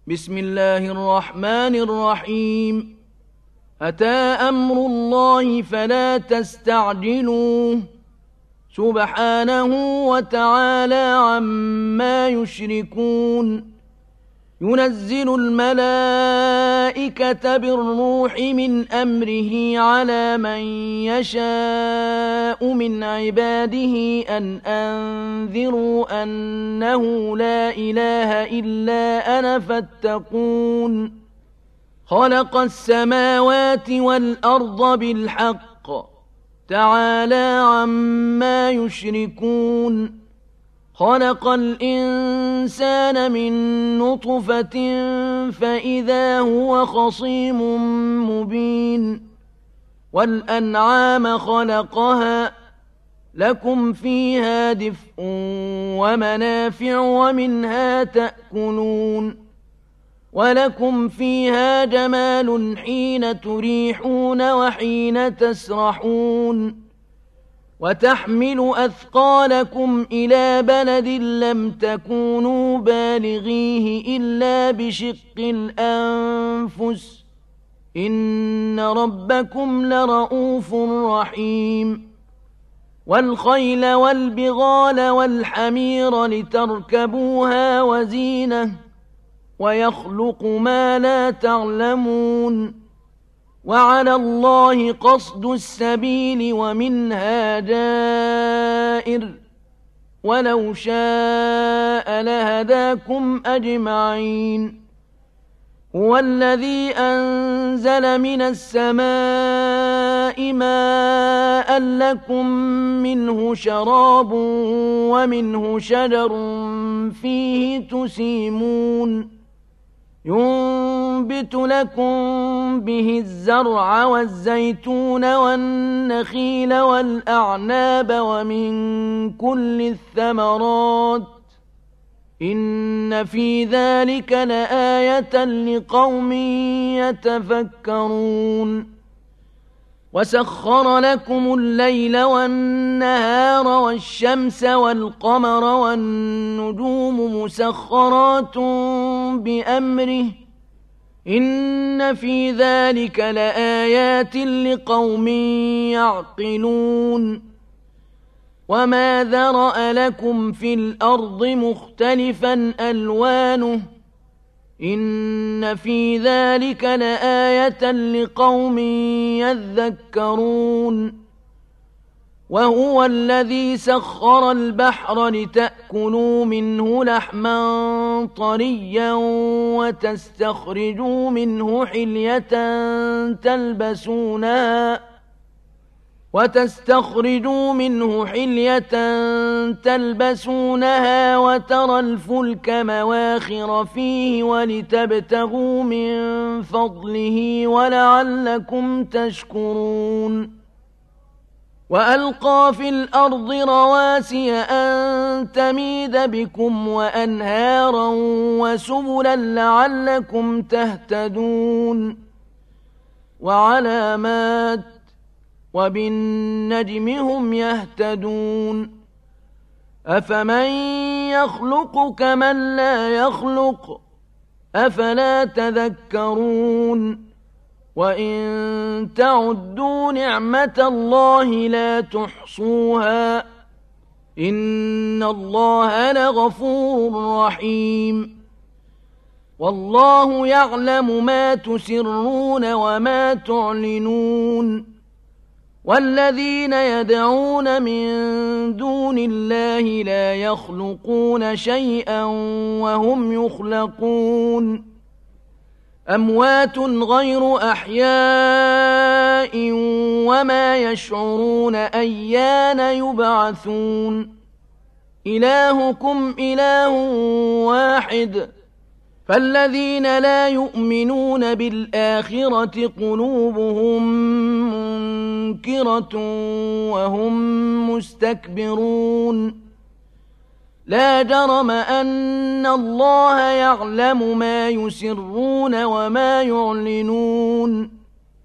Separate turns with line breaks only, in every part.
بسم الله الرحمن الرحيم. أتى أمر الله فلا تستعجلوه سبحانه وتعالى عما يشركون. ينزل الملائكة بالروح من أمره على من يشاء من عباده أن أنذروا أنه لا إله إلا أنا فاتقون. خلق السماوات والأرض بالحق تعالى عما يشركون. خلق الإنسان من نطفة فإذا هو خصيم مبين. والأنعام خلقها لكم فيها دفء ومنافع ومنها تأكلون. ولكم فيها جمال حين تريحون وحين تسرحون. وتحمل أثقالكم إلى بلد لم تكونوا بالغيه إلا بشق الأنفس إن ربكم لرؤوف رحيم. والخيل والبغال والحمير لتركبوها وزينة ويخلق ما لا تعلمون. وعلى الله قصد السبيل ومنها جائر ولو شاء لهداكم أجمعين. هو الذي أنزل من السماء ماء لكم منه شراب ومنه شجر فيه تسيمون. ينبت لكم به الزرع والزيتون والنخيل والأعناب ومن كل الثمرات إن في ذلك لآية لقوم يتفكرون. وسخر لكم الليل والنهار والشمس والقمر والنجوم مسخرات بأمره إن في ذلك لآيات لقوم يعقلون. وما ذرأ لكم في الأرض مختلفا ألوانه إن في ذلك لآية لقوم يذكرون. وهو الذي سخر البحر لتأكلوا منه لحما طريا وتستخرجوا منه حلية تلبسونها وترى الفلك مواخر فيه ولتبتغوا من فضله ولعلكم تشكرون. وألقى في الأرض رواسي أن تميد بكم وأنهارا وسبلا لعلكم تهتدون. وعلامات وبالنجم هم يهتدون. أفمن يخلق كمن لا يخلق أفلا تذكرون. وإن تعدوا نعمة الله لا تحصوها إن الله لغفور رحيم. والله يعلم ما تسرون وما تعلنون. والذين يدعون من دون الله لا يخلقون شيئا وهم يخلقون. أموات غير أحياء وما يشعرون أيان يبعثون. إلهكم إله واحد فالذين لا يؤمنون بالآخرة قلوبهم منكرة وهم مستكبرون. لا جرم أن الله يعلم ما يسرون وما يعلنون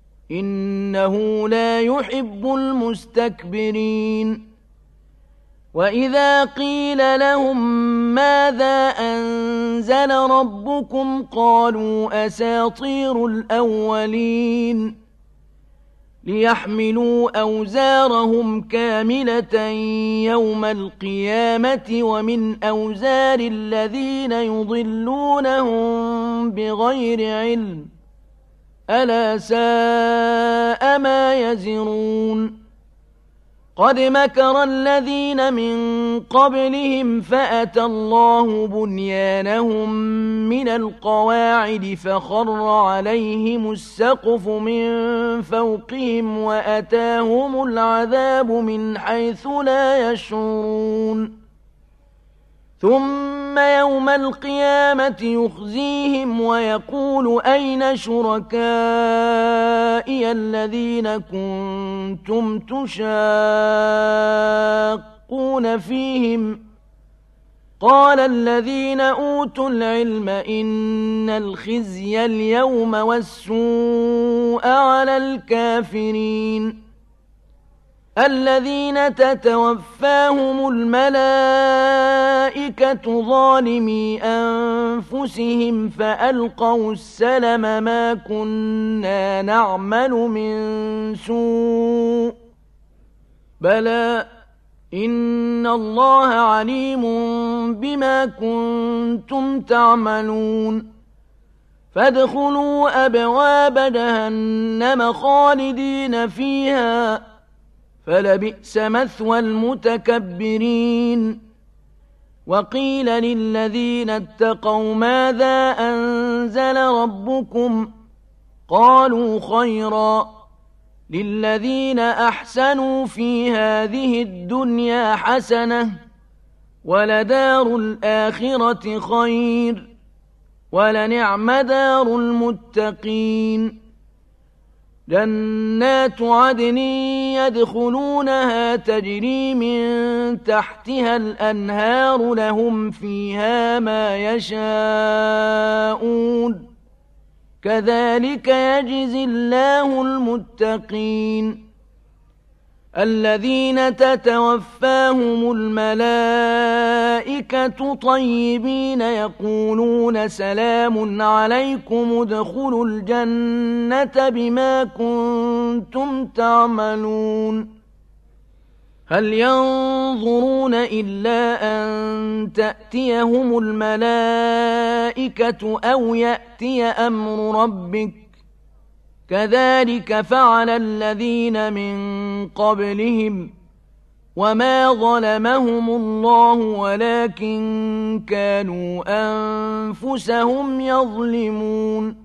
إنه لا يحب المستكبرين. وإذا قيل لهم ماذا أنزل ربكم قالوا أساطير الأولين ليحملوا أوزارهم كاملة يوم القيامة ومن أوزار الذين يضلونهم بغير علم ألا ساء ما يزرون قد مكر الذين من قبلهم فأتى الله بنيانهم من القواعد فخر عليهم السقف من فوقهم وأتاهم العذاب من حيث لا يشعرون ثم يوم القيامة يخزيهم ويقول أين شركائي الذين كنتم تشاقون فيهم قال الذين أوتوا العلم إن الخزي اليوم والسوء على الكافرين الذين تتوفاهم الملائكة ظالمي أنفسهم فألقوا السلم ما كنا نعمل من سوء بلى إن الله عليم بما كنتم تعملون فادخلوا أبواب جهنم خالدين فيها فلبئس مثوى المتكبرين وقيل للذين اتقوا ماذا أنزل ربكم قالوا خيرا للذين أحسنوا في هذه الدنيا حسنة ولدار الآخرة خير ولنعم دار المتقين جنات عدن يدخلونها تجري من تحتها الأنهار لهم فيها ما يشاءون كذلك يجزي الله المتقين الذين تتوفاهم الملائكة طيبين يقولون سلام عليكم ادخلوا الجنة بما كنتم تعملون هل ينظرون إلا أن تأتيهم الملائكة أو يأتي أمر ربك كذلك فعل الذين من قبلهم وما ظلمهم الله ولكن كانوا أنفسهم يظلمون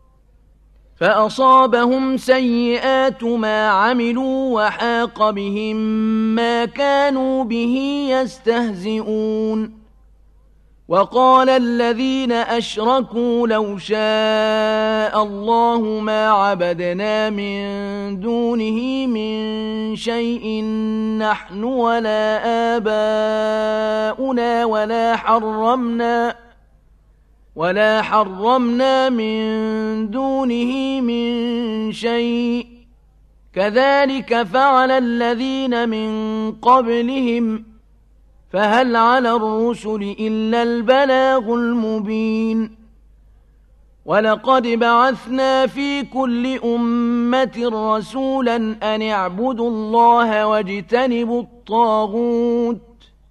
فأصابهم سيئات ما عملوا وحاق بهم ما كانوا به يستهزئون وقال الذين أشركوا لو شاء الله ما عبدنا من دونه من شيء نحن ولا آباؤنا ولا حرمنا من دونه من شيء كذلك فعل الذين من قبلهم فهل على الرسل إلا البلاغ المبين ولقد بعثنا في كل أمة رسولا أن اعبدوا الله واجتنبوا الطاغوت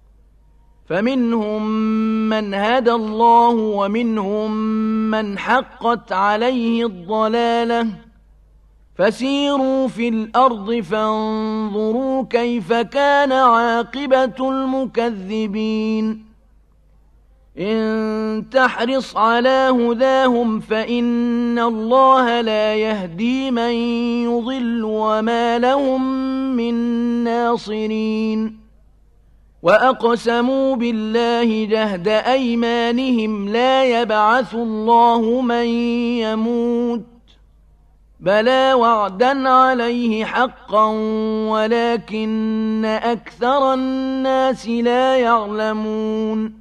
فمنهم من هدى الله ومنهم من حقت عليه الضلالة فسيروا في الأرض فانظروا كيف كان عاقبة المكذبين إن تحرص على هداهم فإن الله لا يهدي من يضل وما لهم من ناصرين وأقسموا بالله جهد أيمانهم لا يبعث الله من يموت بلى وعدا عليه حقا ولكن أكثر الناس لا يعلمون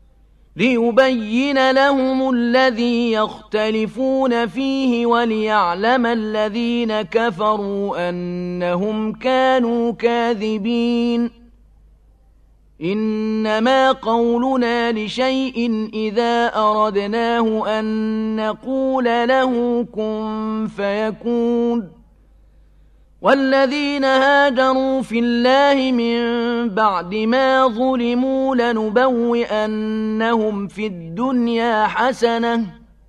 ليبين لهم الذي يختلفون فيه وليعلم الذين كفروا أنهم كانوا كاذبين إنما قولنا لشيء إذا أردناه أن نقول له كن فيكون. والذين هاجروا في الله من بعد ما ظلموا لنبوئنهم في الدنيا حسنة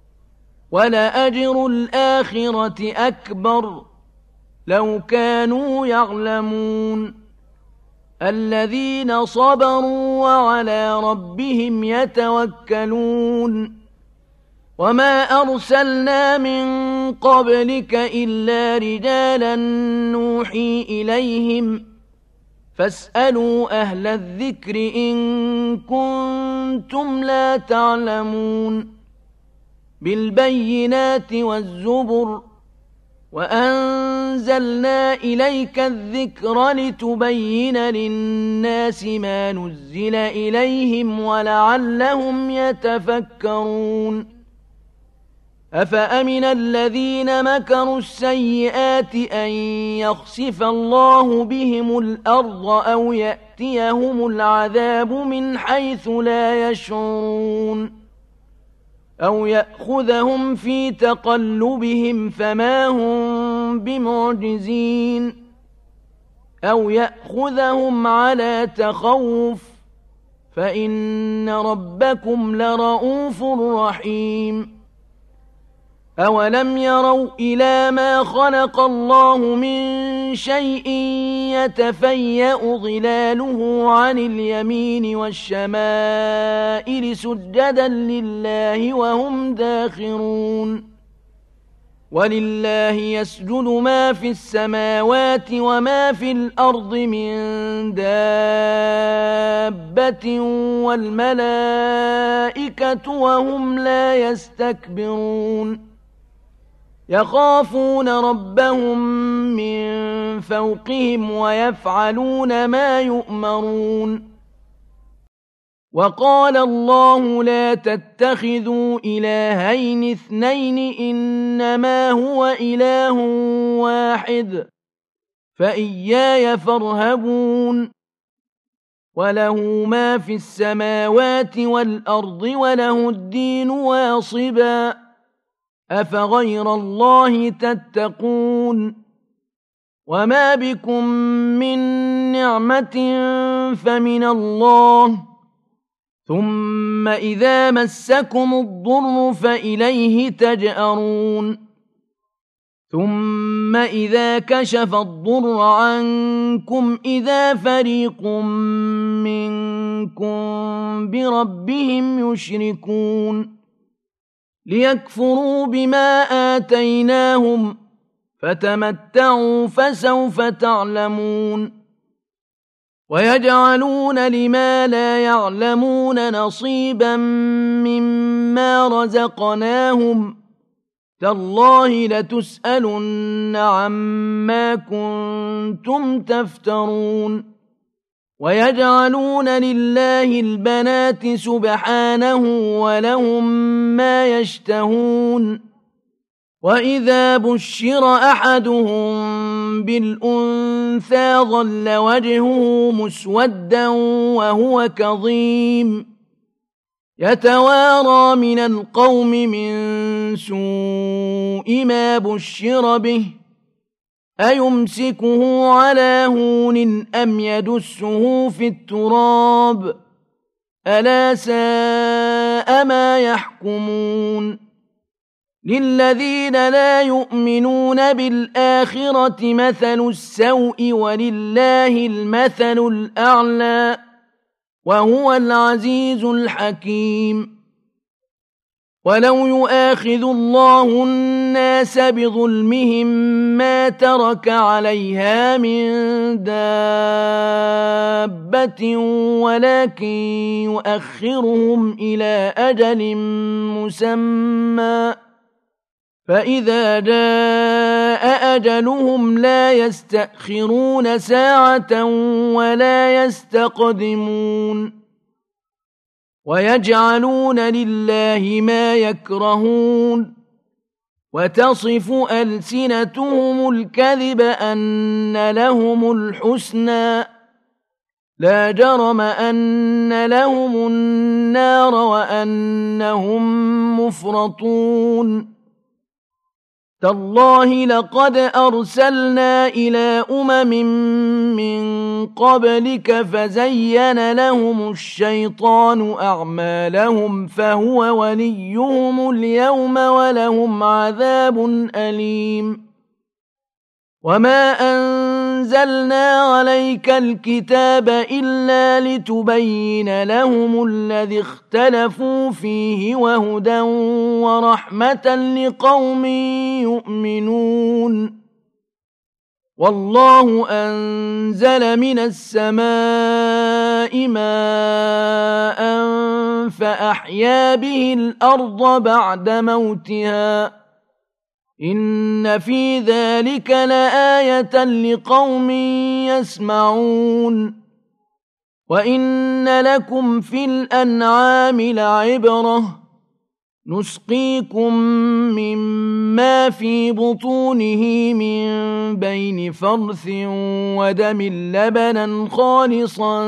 ولأجر الآخرة أكبر لو كانوا يعلمون. الذين صبروا وعلى ربهم يتوكلون. وما أرسلنا من قبلك إلا رجالا نوحي إليهم فاسألوا أهل الذكر إن كنتم لا تعلمون. بالبينات والزبر وأنزلنا إليك الذكر لتبين للناس ما نزل إليهم ولعلهم يتفكرون. أفأمن الذين مكروا السيئات أن يخسف الله بهم الأرض أو يأتيهم العذاب من حيث لا يشعرون أو يأخذهم في تقلبهم فما هم بمعجزين أو يأخذهم على تخوف فإن ربكم لرؤوف رحيم. أولم يروا إلى ما خلق الله من شيء يتفيأ ظلاله عن اليمين والشمائل سجدا لله وهم داخرون. ولله يسجد ما في السماوات وما في الأرض من دابة والملائكة وهم لا يستكبرون. يخافون ربهم من فوقهم ويفعلون ما يؤمرون. وقال الله لا تتخذوا إلهين اثنين إنما هو إله واحد فإياي فارهبون. وله ما في السماوات والأرض وله الدين واصبا أفغير الله تتقون. وما بكم من نعمة فمن الله ثم إذا مسكم الضر فإليه تجأرون. ثم إذا كشف الضر عنكم إذا فريق منكم بربهم يشركون. ليكفروا بما آتيناهم فتمتعوا فسوف تعلمون. ويجعلون لما لا يعلمون نصيبا مما رزقناهم تالله لتسألن عما كنتم تفترون. ويجعلون لله البنات سبحانه ولهم ما يشتهون. وإذا بشر أحدهم بالأنثى ظل وجهه مسودا وهو كظيم يتوارى من القوم من سوء ما بشر به أيمسكه على هون أم يدسه في التراب ألا ساء ما يحكمون. للذين لا يؤمنون بالآخرة مثل السوء ولله المثل الأعلى وهو العزيز الحكيم. ولو يؤاخذ الله الناس بظلمهم ما ترك عليها من دابة ولكن يؤخرهم إلى أجل مسمى فإذا جاء أجلهم لا يستأخرون ساعة ولا يستقدمون. ويجعلون لله ما يكرهون وتصف ألسنتهم الكذب أن لهم الحسنى لا جرم أن لهم النار وأنهم مفرطون تالله لقد أرسلنا إلى من قبلك فزين لهم الشيطان أعمالهم فهو وليهم اليوم ولهم عذاب أليم وما أنزلنا عليك الكتاب إلا لتبين لهم الذي اختلفوا فيه وهدى ورحمة لقوم يؤمنون والله أنزل من السماء ماء فأحيا به الأرض بعد موتها إن في ذلك لآية لقوم يسمعون وإن لكم في الأنعام لعبرة نسقيكم مما في بطونه من بين فرث ودم لبنا خالصا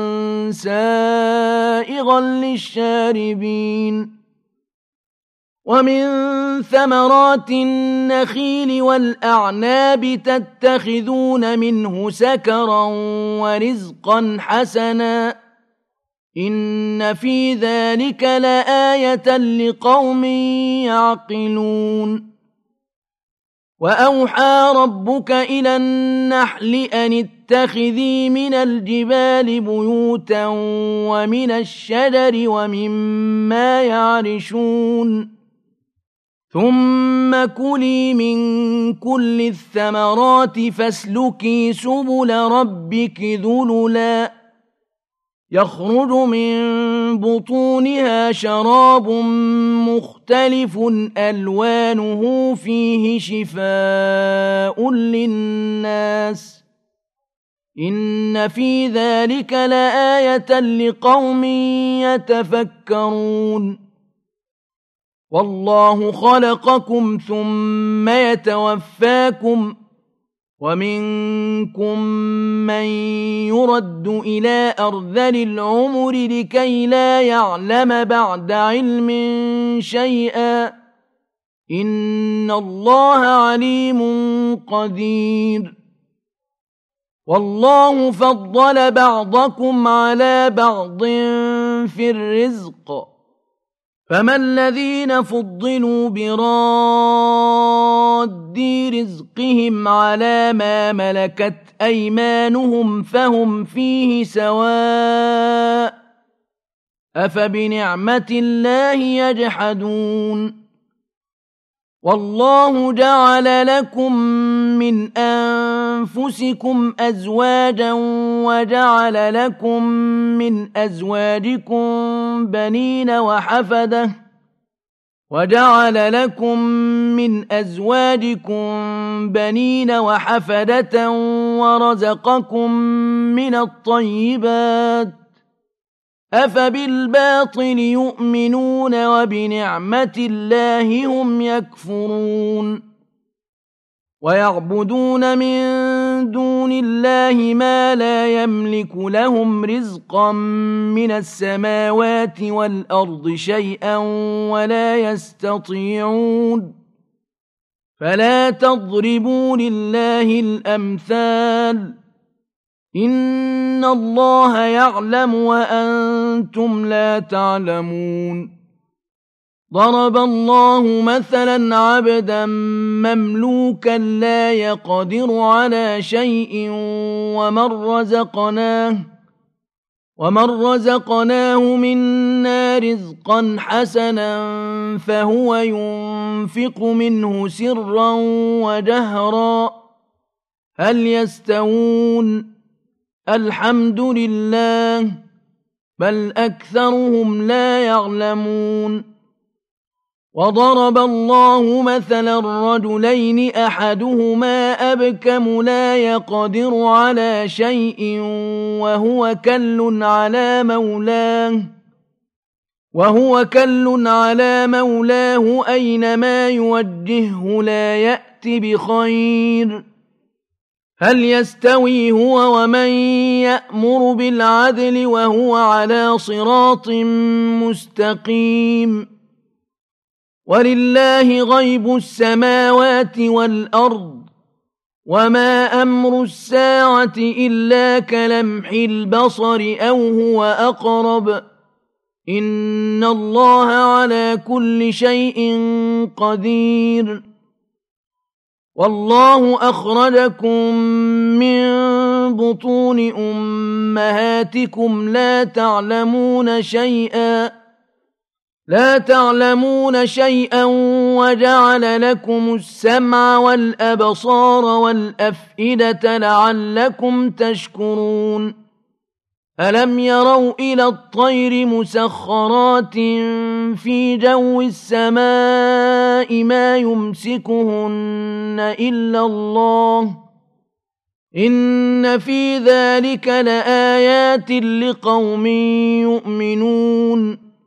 سائغا للشاربين ومن ثمرات النخيل والأعناب تتخذون منه سكرا ورزقا حسنا إن في ذلك لآية لقوم يعقلون وأوحى ربك إلى النحل أن اتخذي من الجبال بيوتا ومن الشجر ومما يعرشون ثم كلي من كل الثمرات فاسلكي سبل ربك ذللا يخرج من بطونها شراب مختلف ألوانه فيه شفاء للناس إن في ذلك لآية لقوم يتفكرون والله خلقكم ثم يتوفاكم ومنكم من يرد إلى أرذل العمر لكي لا يعلم بعد علم شيئا إن الله عليم قدير والله فضل بعضكم على بعض في الرزق فما الذين فضلوا براد رزقهم على ما ملكت أيمانهم فهم فيه سواء أفبنعمة الله يجحدون والله جعل لكم من أنفسكم أزواجا وجعل لكم من أزواجكم بنين وحفدة ورزقكم من الطيبات أفبالباطل يؤمنون وبنعمة الله هم يكفرون ويعبدون من دون الله ما لا يملك لهم رزقا من السماوات والأرض شيئا ولا يستطيعون فلا تضربوا لله الأمثال إن الله يعلم وأنتم لا تعلمون ضرب الله مثلا عبدا مملوكا لا يقدر على شيء ومن رزقناه منا رزقا حسنا فهو ينفق منه سرا وجهرا هل يستوون الحمد لله بل أكثرهم لا يعلمون وضرب الله مثلا رجلين أحدهما أبكم لا يقدر على شيء وهو كل على مولاه أينما يوجهه لا يأت بخير هل يستوي هو ومن يأمر بالعدل وهو على صراط مستقيم ولله غيب السماوات والأرض وما أمر الساعة إلا كلمح البصر أو هو أقرب إن الله على كل شيء قدير والله أخرجكم من بطون أمهاتكم لا تعلمون شيئا وجعل لكم السمع والأبصار والأفئدة لعلكم تشكرون ألم يروا إلى الطير مسخرات في جو السماء ما يمسكهن إلا الله إن في ذلك لآيات لقوم يؤمنون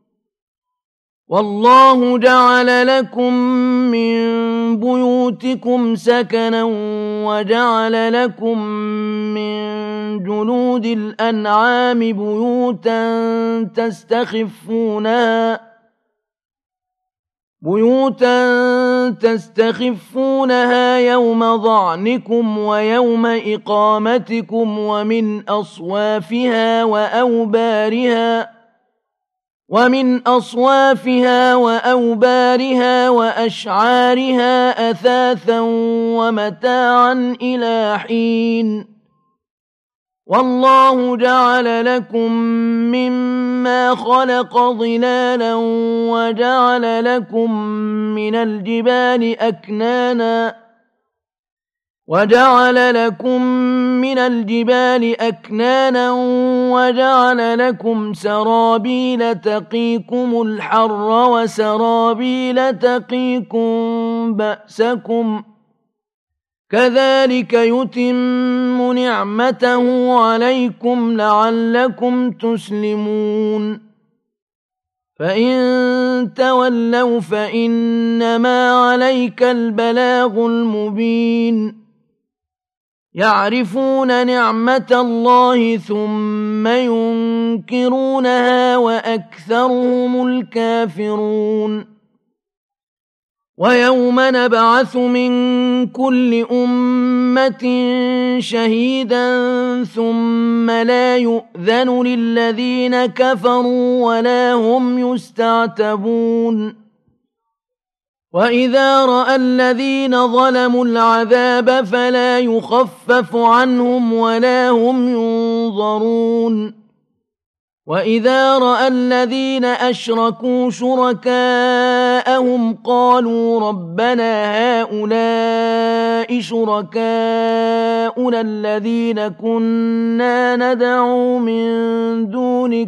والله جعل لكم من بيوتكم سكنا وجعل لكم من جلود الأنعام بيوتا تستخفونها يوم ظعنكم ويوم إقامتكم ومن أصوافها وأوبارها وأشعارها أثاثا ومتاعا إلى حين والله جعل لكم مما خلق ظلالا وجعل لكم من الجبال أكنانا وجعل لكم سرابيل تقيكم الحر وسرابيل تقيكم بأسكم كذلك يتم نعمته عليكم لعلكم تسلمون فإن تولوا فإنما عليك البلاغ المبين يعرفون نعمة الله ثم ينكرونها وأكثرهم الكافرون ويوم نبعث من كل أمة شهيدا ثم لا يؤذن للذين كفروا ولا هم يستعتبون وإذا رأى الذين ظلموا العذاب فلا يخفف عنهم ولا هم ينظرون وإذا رأى الذين أشركوا شركاءهم قالوا ربنا هؤلاء شركاؤنا الذين كنا ندعو من دونك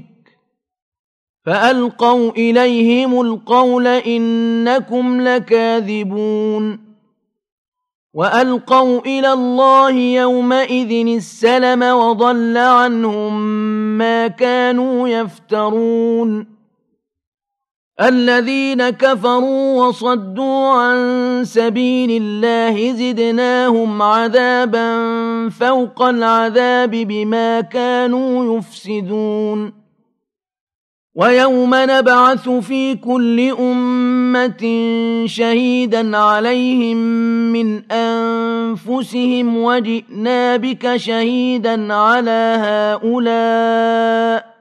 فألقوا إليهم القول إنكم لكاذبون وألقوا إلى الله يومئذ السلم وضل عنهم ما كانوا يفترون الذين كفروا وصدوا عن سبيل الله زدناهم عذابا فوق العذاب بما كانوا يفسدون ويوم نبعث في كل أمة شهيدا عليهم من أنفسهم وجئنا بك شهيدا على هؤلاء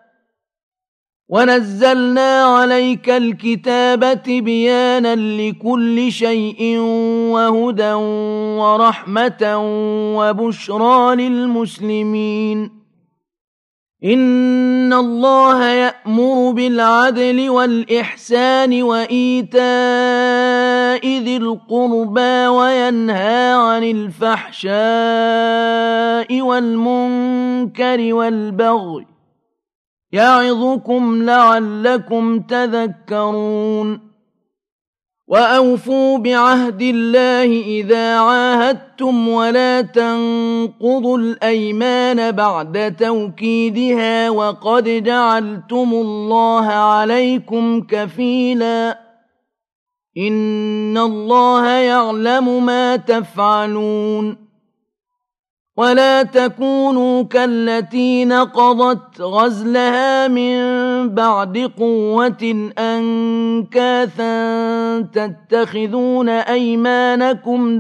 ونزلنا عليك الكتاب تبيانا لكل شيء وهدى ورحمة وبشرى للمسلمين إن الله يأمر بالعدل والإحسان وإيتاء ذي القربى وينهى عن الفحشاء والمنكر والبغي يعظكم لعلكم تذكرون وأوفوا بعهد الله إذا عاهدتم ولا تنقضوا الأيمان بعد توكيدها وقد جعلتم الله عليكم كفيلا إن الله يعلم ما تفعلون ولا تكونوا كالتي نقضت غزلها من بعد قوة أنكاثا تتخذون أيمانكم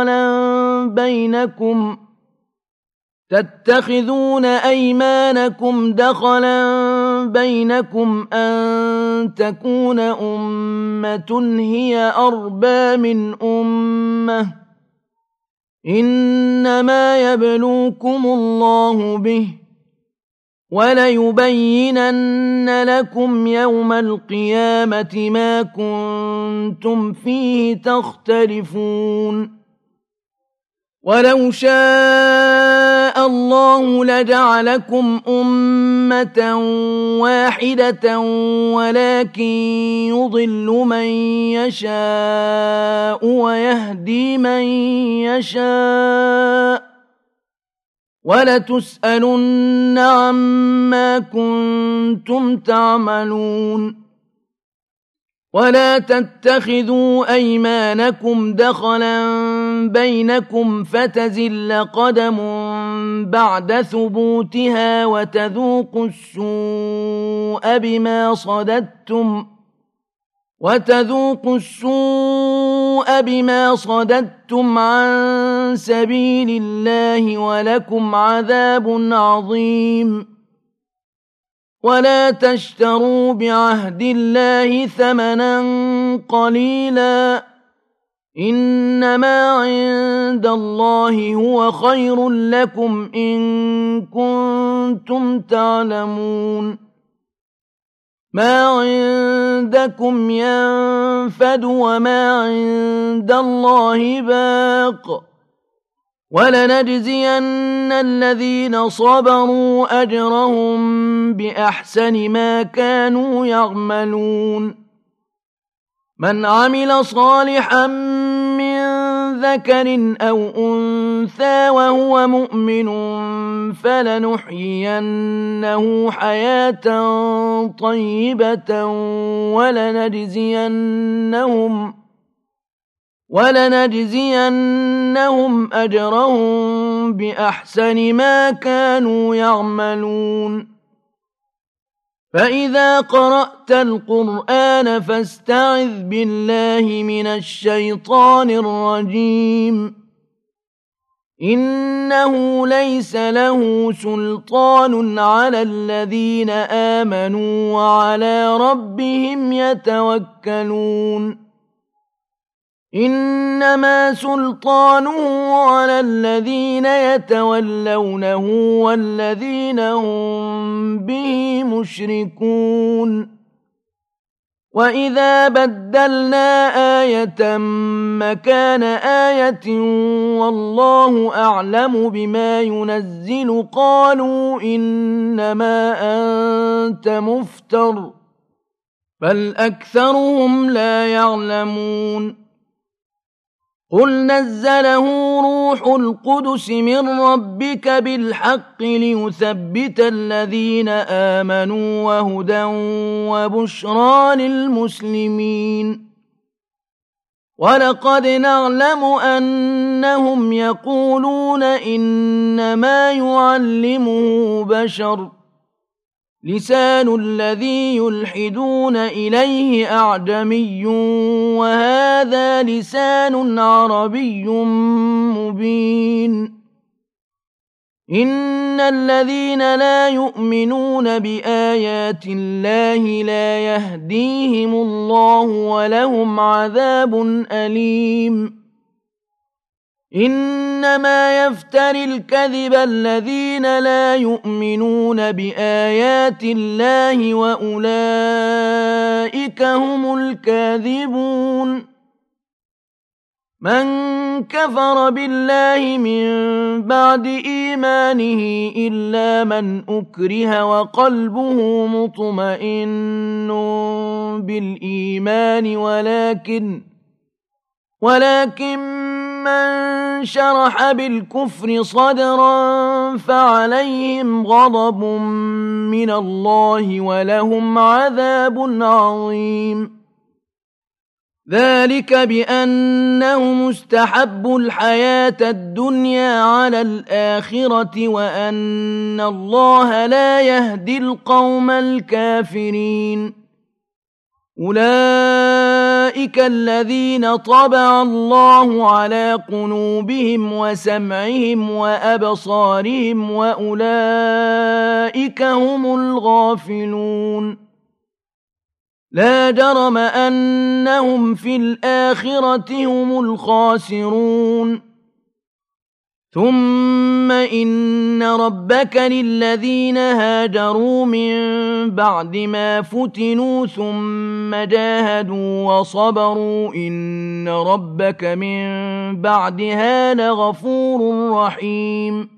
دخلا بينكم أن تكون أمة هي أربى من أمة إنما يبلوكم الله به وليبينن لكم يوم القيامة ما كنتم فيه تختلفون ولو شاء الله لجعلكم أمة واحدة ولكن يضل من يشاء ويهدي من يشاء ولتسألن عما كنتم تعملون ولا تتخذوا أيمانكم دخلا بينكم فتزل قدم بعد ثبوتها وتذوقوا السوء بما صددتم عن سبيل الله ولكم عذاب عظيم ولا تشتروا بعهد الله ثمنا قليلا إنما عند الله هو خير لكم إن كنتم تعلمون ما عندكم ينفد وما عند الله باق ولنجزين الذين صبروا أجرهم بأحسن ما كانوا يعملون من عمل صالحا من ذكر أو أنثى وهو مؤمن فلنحيينه حياة طيبة ولنجزينهم أجرهم بأحسن ما كانوا يعملون فإذا قرأت القرآن فاستعذ بالله من الشيطان الرجيم إنه ليس له سلطان على الذين آمنوا وعلى ربهم يتوكلون إنما سلطانه على الذين يتولونه والذين هم به مشركون وإذا بدلنا آية مكان آية والله أعلم بما ينزل قالوا إنما أنت مفتر بل أكثرهم لا يعلمون قل نزله روح القدس من ربك بالحق ليثبت الذين آمنوا وهدى وبشرى للمسلمين ولقد نعلم أنهم يقولون إنما يعلمه بشر لسان الذي يلحدون إليه أعجمي وهذا لسان عربي مبين إن الذين لا يؤمنون بآيات الله لا يهديهم الله ولهم عذاب أليم إنما يفتري الكذب الذين لا يؤمنون بآيات الله وأولئك هم الكاذبون من كفر بالله من بعد إيمانه إلا من أكره وقلبه مطمئن بالإيمان ولكن من شرح بالكفر صدرا فعليهم غضب من الله ولهم عذاب عظيم ذلك بأنهم استحبوا الحياة الدنيا على الآخرة وأن الله لا يهدي القوم الكافرين أولئك الذين طبع الله على قلوبهم وسمعهم وأبصارهم وأولئك هم الغافلون لا جرم أنهم في الآخرة هم الخاسرون ثم إن ربك للذين هاجروا من بعد ما فتنوا ثم جاهدوا وصبروا إن ربك من بعدها لغفور رحيم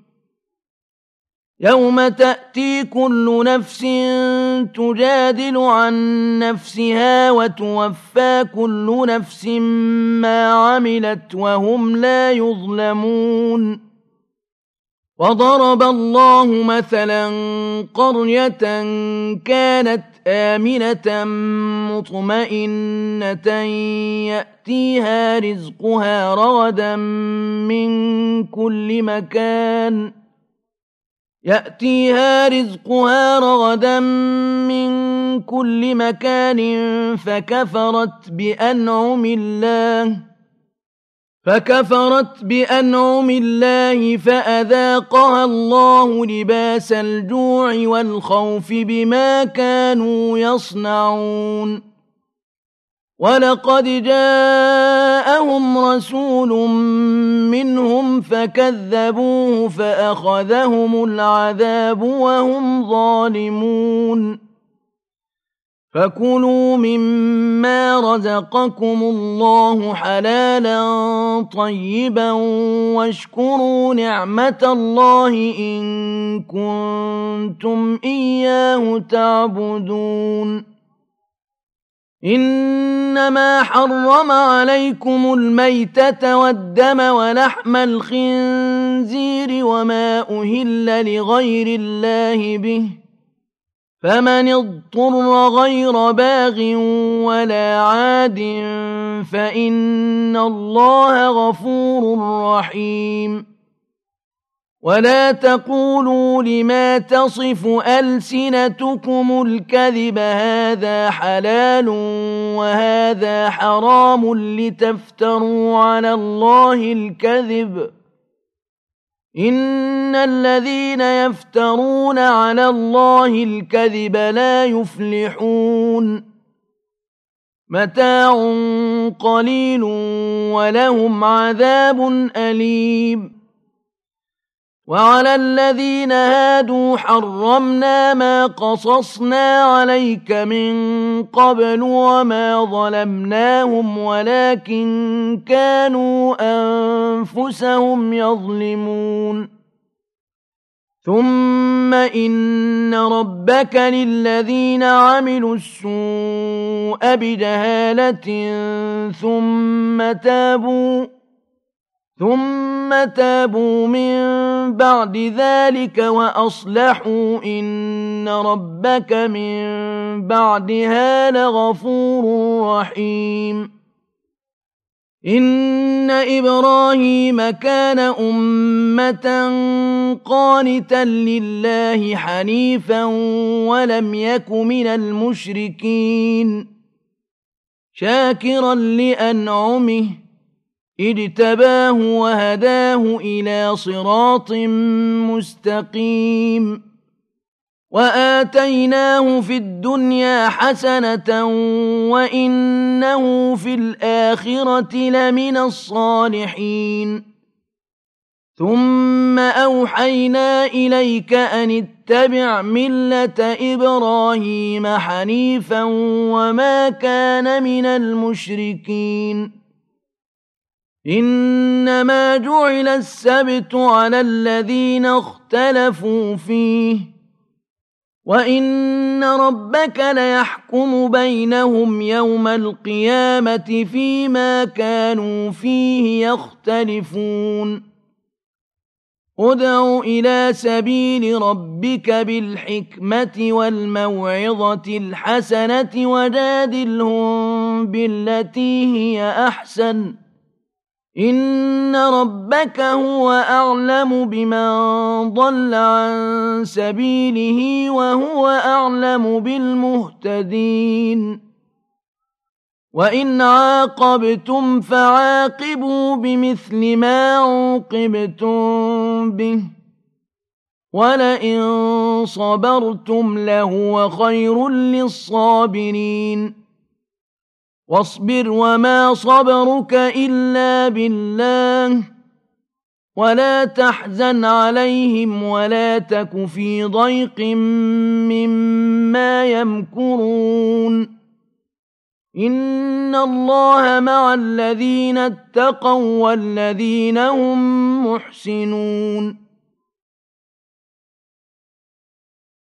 يوم تأتي كل نفس تجادل عن نفسها وتوفى كل نفس ما عملت وهم لا يظلمون وضرب الله مثلا قرية كانت آمنة مطمئنة يأتيها رزقها رغدا من كل مكان فكفرت بأنعم الله فأذاقها الله لباس الجوع والخوف بما كانوا يصنعون ولقد جاءهم رسول منهم فكذبوه فأخذهم العذاب وهم ظالمون فكلوا مما رزقكم الله حلالا طيبا واشكروا نعمة الله إن كنتم إياه تعبدون إنما حرم عليكم الميتة والدم ولحم الخنزير وما أهل لغير الله به فمن اضطر غير باغ ولا عاد فإن الله غفور رحيم ولا تقولوا لما تصف ألسنتكم الكذب هذا حلال وهذا حرام لتفتروا على الله الكذب إن الذين يفترون على الله الكذب لا يفلحون متاع قليل ولهم عذاب أليم وعلى الذين هادوا حرمنا ما قصصنا عليك من قبل وما ظلمناهم ولكن كانوا أنفسهم يظلمون ثم إن ربك للذين عملوا السوء بجهالة ثم تابوا من بعد ذلك وأصلحوا إن ربك من بعدها لغفور رحيم إن إبراهيم كان أمة قانتا لله حنيفا ولم يك من المشركين شاكرا لأنعمه اجتباه وهداه إلى صراط مستقيم وآتيناه في الدنيا حسنة وإنه في الآخرة لمن الصالحين ثم أوحينا إليك أن اتبع ملة إبراهيم حنيفا وما كان من المشركين إنما جعل السبت على الذين اختلفوا فيه وإن ربك ليحكم بينهم يوم القيامة فيما كانوا فيه يختلفون ادْعُ إِلَىٰ سَبِيلِ رَبِّكَ بِالْحِكْمَةِ وَالْمَوْعِظَةِ الْحَسَنَةِ وَجَادِلْهُم بِالَّتِي هِيَ أَحْسَنُ ۚ إِنَّ رَبَّكَ هُوَ أَعْلَمُ بِمَن ضَلَّ عَن سَبِيلِهِ وَهُوَ أَعْلَمُ بِالْمُهْتَدِينَ وَإِنْ عَاقَبْتُمْ فَعَاقِبُوا بِمِثْلِ مَا عُوقِبْتُم بِهِ ۖ وَلَئِن صَبَرْتُمْ لَهُوَ خَيْرٌ لِّلصَّابِرِينَ وَاصْبِرْ وَمَا صَبْرُكَ إِلَّا بِاللَّهِ ۚ وَلَا تَحْزَنْ عَلَيْهِمْ وَلَا تَكُ فِي ضَيْقٍ مِّمَّا يَمْكُرُونَ إِنَّ اللَّهَ مَعَ الَّذِينَ اتَّقَوا وَّالَّذِينَ هُم مُّحْسِنُونَ